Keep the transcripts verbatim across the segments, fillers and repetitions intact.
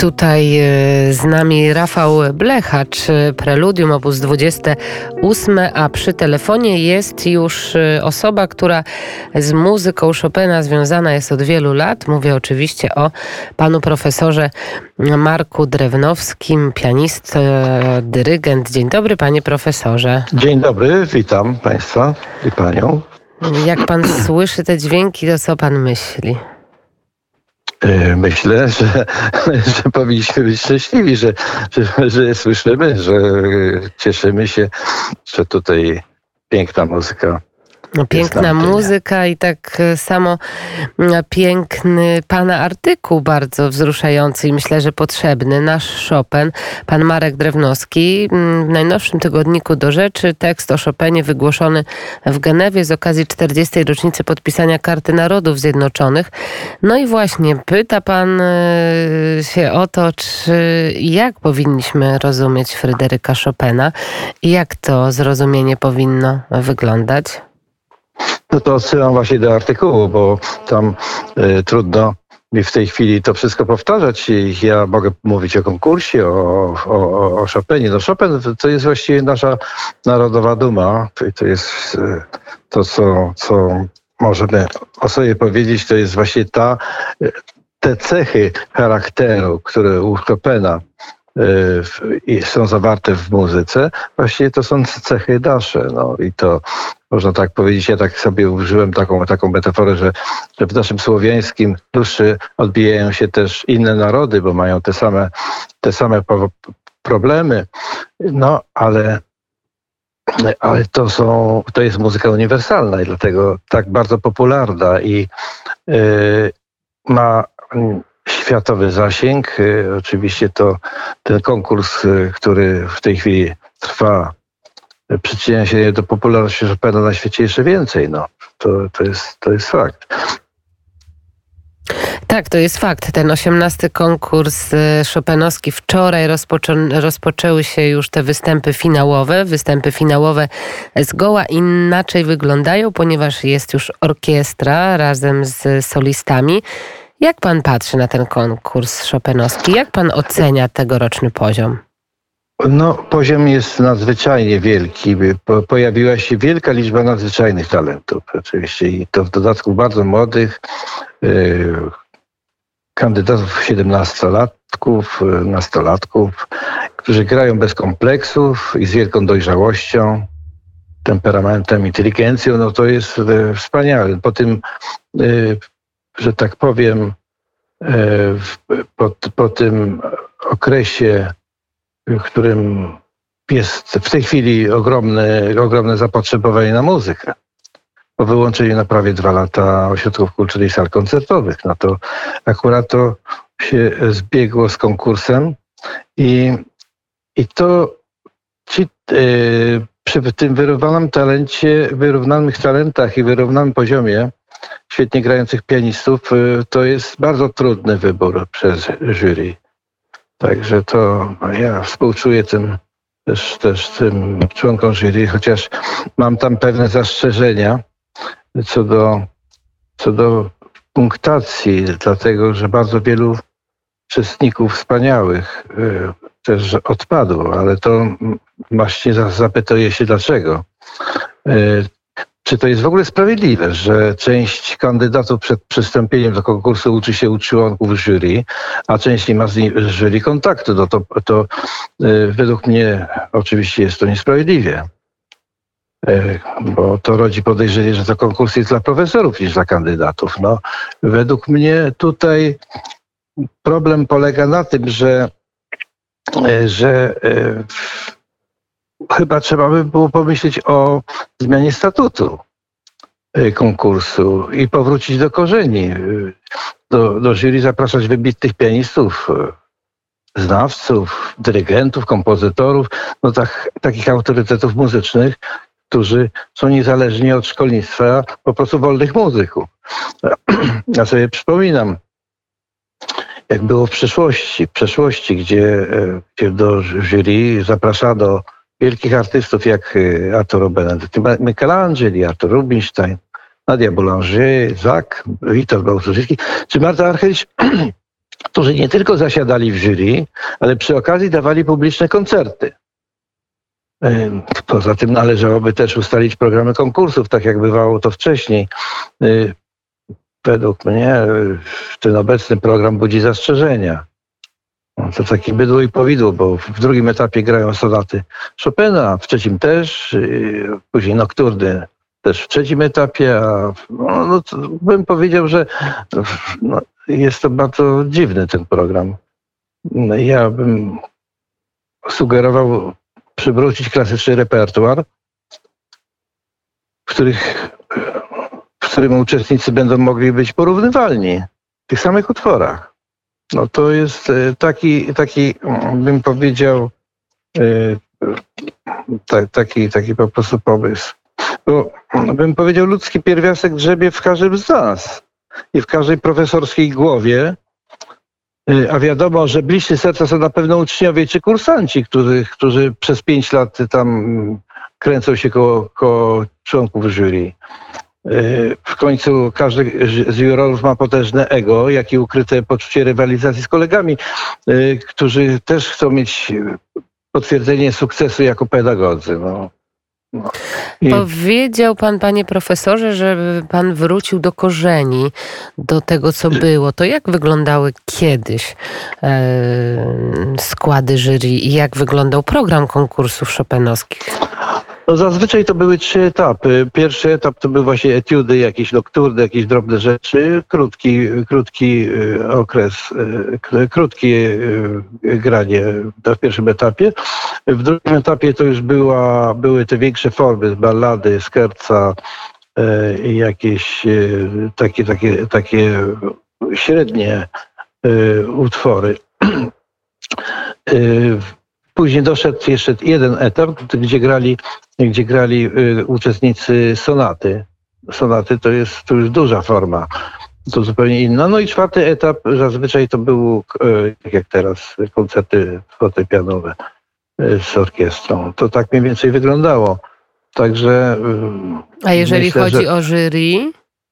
Tutaj z nami Rafał Blechacz, Preludium op. dwadzieścia osiem, a przy telefonie jest już osoba, która z muzyką Chopina związana jest od wielu lat. Mówię oczywiście o panu profesorze Marku Drewnowskim, pianista, dyrygent. Dzień dobry, panie profesorze. Dzień dobry, witam państwa i panią. Jak pan słyszy te dźwięki, to co pan myśli? Myślę, że, że powinniśmy być szczęśliwi, że, że, że słyszymy, że cieszymy się, że tutaj piękna muzyka. No, piękna muzyka i tak samo piękny pana artykuł, bardzo wzruszający i myślę, że potrzebny. Nasz Chopin, pan Marek Drewnowski, w najnowszym tygodniku Do Rzeczy, tekst o Chopinie wygłoszony w Genewie z okazji czterdziestej rocznicy podpisania Karty Narodów Zjednoczonych. No i właśnie pyta pan się o to, czy jak powinniśmy rozumieć Fryderyka Chopina i jak to zrozumienie powinno wyglądać? No to odsyłam właśnie do artykułu, bo tam y, trudno mi w tej chwili to wszystko powtarzać. Ja mogę mówić o konkursie, o, o, o Chopinie. No Chopin to jest właściwie nasza narodowa duma. To jest y, to, co, co możemy o sobie powiedzieć, to jest właśnie ta, te cechy charakteru, które u Chopina i są zawarte w muzyce, właściwie to są cechy nasze. No i to można tak powiedzieć, ja tak sobie użyłem taką, taką metaforę, że, że w naszym słowiańskim duszy odbijają się też inne narody, bo mają te same, te same problemy, no ale, ale to są, to jest muzyka uniwersalna i dlatego tak bardzo popularna i yy, ma światowy zasięg. Oczywiście to ten konkurs, który w tej chwili trwa, przyczynia się do popularności Chopina na świecie jeszcze więcej. No, to, to, jest, to jest fakt. Tak, to jest fakt. Ten osiemnasty konkurs chopinowski wczoraj rozpoczą- rozpoczęły się już te występy finałowe. Występy finałowe zgoła inaczej wyglądają, ponieważ jest już orkiestra razem z solistami. Jak pan patrzy na ten konkurs chopinowski? Jak pan ocenia tegoroczny poziom? No, poziom jest nadzwyczajnie wielki. Po, pojawiła się wielka liczba nadzwyczajnych talentów oczywiście i to w dodatku bardzo młodych yy, kandydatów siedemnastolatków, nastolatków, którzy grają bez kompleksów i z wielką dojrzałością, temperamentem, inteligencją. No to jest yy, wspaniałe. Po tym yy, że tak powiem, po, po tym okresie, w którym jest w tej chwili ogromne, ogromne zapotrzebowanie na muzykę, po wyłączeniu na prawie dwa lata ośrodków kultury i sal koncertowych, no to akurat to się zbiegło z konkursem i, i to ci, yy, przy tym wyrównanym talencie, wyrównanych talentach i wyrównanym poziomie świetnie grających pianistów, to jest bardzo trudny wybór przez jury. Także to ja współczuję tym też, też tym członkom jury, chociaż mam tam pewne zastrzeżenia co do, co do punktacji, dlatego że bardzo wielu uczestników wspaniałych też odpadło, ale to właśnie zapytuję się dlaczego. Czy to jest w ogóle sprawiedliwe, że część kandydatów przed przystąpieniem do konkursu uczy się u członków jury, a część nie ma z jury kontaktu? No to, to yy, według mnie oczywiście jest to niesprawiedliwie, yy, bo to rodzi podejrzenie, że to konkurs jest dla profesorów niż dla kandydatów. No, według mnie tutaj problem polega na tym, że, yy, że yy, chyba trzeba by było pomyśleć o zmianie statutu konkursu i powrócić do korzeni. Do, do jury zapraszać wybitnych pianistów, znawców, dyrygentów, kompozytorów, no tak, takich autorytetów muzycznych, którzy są niezależni od szkolnictwa, po prostu wolnych muzyków. Ja sobie przypominam, jak było w przeszłości, w przeszłości, gdzie, gdzie do jury zapraszano wielkich artystów jak Arturo Benedetti Michelangeli, Artur Rubinstein, Nadia Boulanger, Zak, Witold Małszyński czy Marta Argerich którzy nie tylko zasiadali w jury, ale przy okazji dawali publiczne koncerty. Poza tym należałoby też ustalić programy konkursów, tak jak bywało to wcześniej. Według mnie ten obecny program budzi zastrzeżenia. To takie bydło i powidło, bo w drugim etapie grają sonaty Chopina, w trzecim też, później nokturny też w trzecim etapie, a no, no, bym powiedział, że no, jest to bardzo dziwny ten program. Ja bym sugerował przywrócić klasyczny repertuar, w, których, w którym uczestnicy będą mogli być porównywalni w tych samych utworach. No to jest taki, taki bym powiedział, taki, taki po prostu pomysł. Bo bym powiedział, ludzki pierwiastek grzebie w każdym z nas i w każdej profesorskiej głowie. A wiadomo, że bliscy serca są na pewno uczniowie czy kursanci, którzy, którzy przez pięć lat tam kręcą się koło, koło członków jury. W końcu każdy z jurorów ma potężne ego, jak i ukryte poczucie rywalizacji z kolegami, którzy też chcą mieć potwierdzenie sukcesu jako pedagodzy. No. No. I... Powiedział pan, panie profesorze, że pan wrócił do korzeni, do tego, co było. To jak wyglądały kiedyś e, składy jury i jak wyglądał program konkursów chopinowskich? No zazwyczaj to były trzy etapy. Pierwszy etap to był właśnie etiudy, jakieś nokturny, jakieś drobne rzeczy, krótki, krótki okres, krótkie granie w pierwszym etapie. W drugim etapie to już była, były te większe formy, ballady, skerca i jakieś takie, takie, takie średnie utwory. Później doszedł jeszcze jeden etap, gdzie grali, gdzie grali uczestnicy sonaty. Sonaty to jest to już duża forma, to zupełnie inna. No i czwarty etap, zazwyczaj to był, tak jak teraz, koncerty fortepianowe z orkiestrą. To tak mniej więcej wyglądało. Także... A jeżeli myślę, chodzi że... o jury?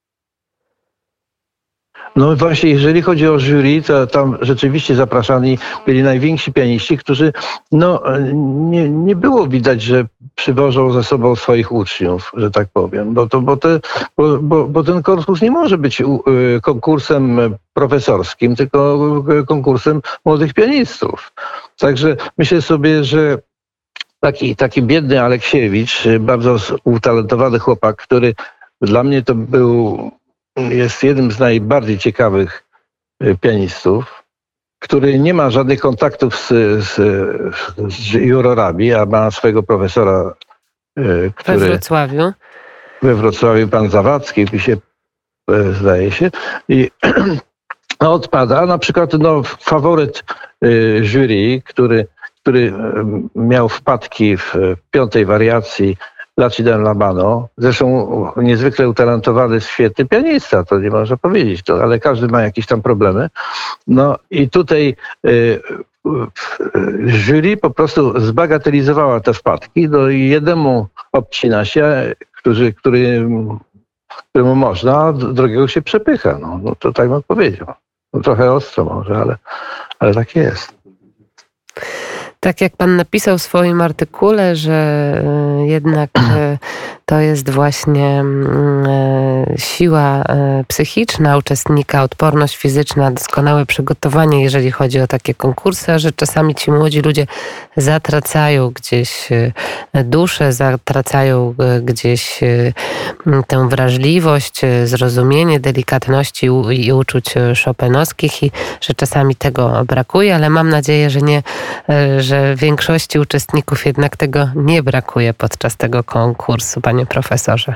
No właśnie, jeżeli chodzi o jury, to tam rzeczywiście zapraszani byli najwięksi pianiści, którzy, no, nie, nie było widać, że przywożą ze sobą swoich uczniów, że tak powiem, bo, to, bo, te, bo, bo, bo ten konkurs nie może być konkursem profesorskim, tylko konkursem młodych pianistów. Także myślę sobie, że taki, taki biedny Aleksiewicz, bardzo utalentowany chłopak, który dla mnie to był... jest jednym z najbardziej ciekawych pianistów, który nie ma żadnych kontaktów z, z, z jurorami, a ma swojego profesora, który... We Wrocławiu. We Wrocławiu, pan Zawadzki, się, zdaje się. I odpada. Na przykład no, faworyt jury, który, który miał wpadki w piątej wariacji Lacidem Labano, zresztą niezwykle utalentowany, świetny pianista, to nie można powiedzieć, to, ale każdy ma jakieś tam problemy. No i tutaj y, y, jury po prostu zbagatelizowała te wpadki, no i jednemu obcina się, który, który, któremu można, drugiego się przepycha. No, no to tak bym powiedział. No, trochę ostro może, ale, ale tak jest. Tak jak pan napisał w swoim artykule, że jednak to jest właśnie siła psychiczna uczestnika, odporność fizyczna, doskonałe przygotowanie, jeżeli chodzi o takie konkursy, a że czasami ci młodzi ludzie zatracają gdzieś duszę, zatracają gdzieś tę wrażliwość, zrozumienie delikatności i uczuć chopinowskich i że czasami tego brakuje, ale mam nadzieję, że nie, że większości uczestników jednak tego nie brakuje podczas tego konkursu, panie profesorze.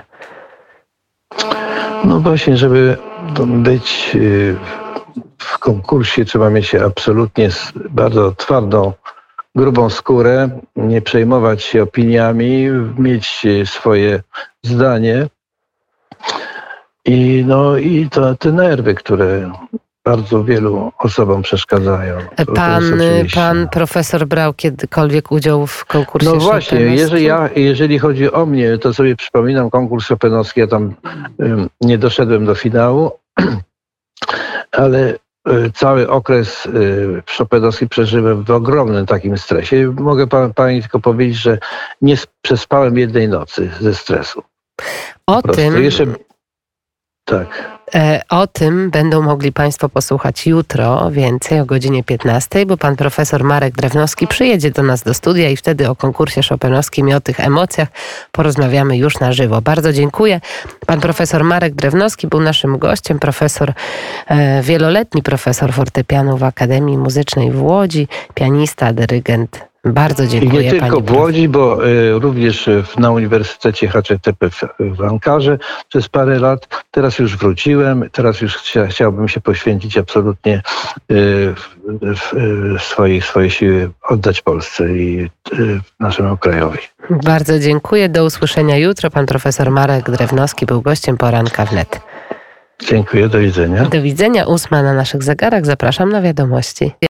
No właśnie, żeby być w konkursie trzeba mieć absolutnie bardzo twardą, grubą skórę, nie przejmować się opiniami, mieć swoje zdanie i, no, i to, te nerwy, które bardzo wielu osobom przeszkadzają. To, pan, to pan profesor brał kiedykolwiek udział w konkursie No właśnie, jeżeli, ja, jeżeli chodzi o mnie, to sobie przypominam konkurs chopinowski, ja tam um, nie doszedłem do finału, ale cały okres chopinowski przeżyłem w ogromnym takim stresie. Mogę pan, pani tylko powiedzieć, że nie przespałem jednej nocy ze stresu. O tym... Jeszcze... Tak. O tym będą mogli Państwo posłuchać jutro więcej o godzinie piętnastej, bo pan profesor Marek Drewnowski przyjedzie do nas do studia i wtedy o konkursie chopinowskim i o tych emocjach porozmawiamy już na żywo. Bardzo dziękuję. Pan profesor Marek Drewnowski był naszym gościem, profesor, e, wieloletni profesor fortepianu w Akademii Muzycznej w Łodzi, pianista, dyrygent. Bardzo dziękuję. I nie tylko w Łodzi, bo y, również w, na Uniwersytecie H T P w, w Ankarze przez parę lat. Teraz już wróciłem, teraz już chcia, chciałbym się poświęcić absolutnie y, w, w, swojej, swojej siły oddać Polsce i y, naszemu krajowi. Bardzo dziękuję. Do usłyszenia jutro. Pan profesor Marek Drewnowski był gościem Poranka Wnet. Dziękuję, do widzenia. Do widzenia. Ósma na naszych zegarach. Zapraszam na wiadomości.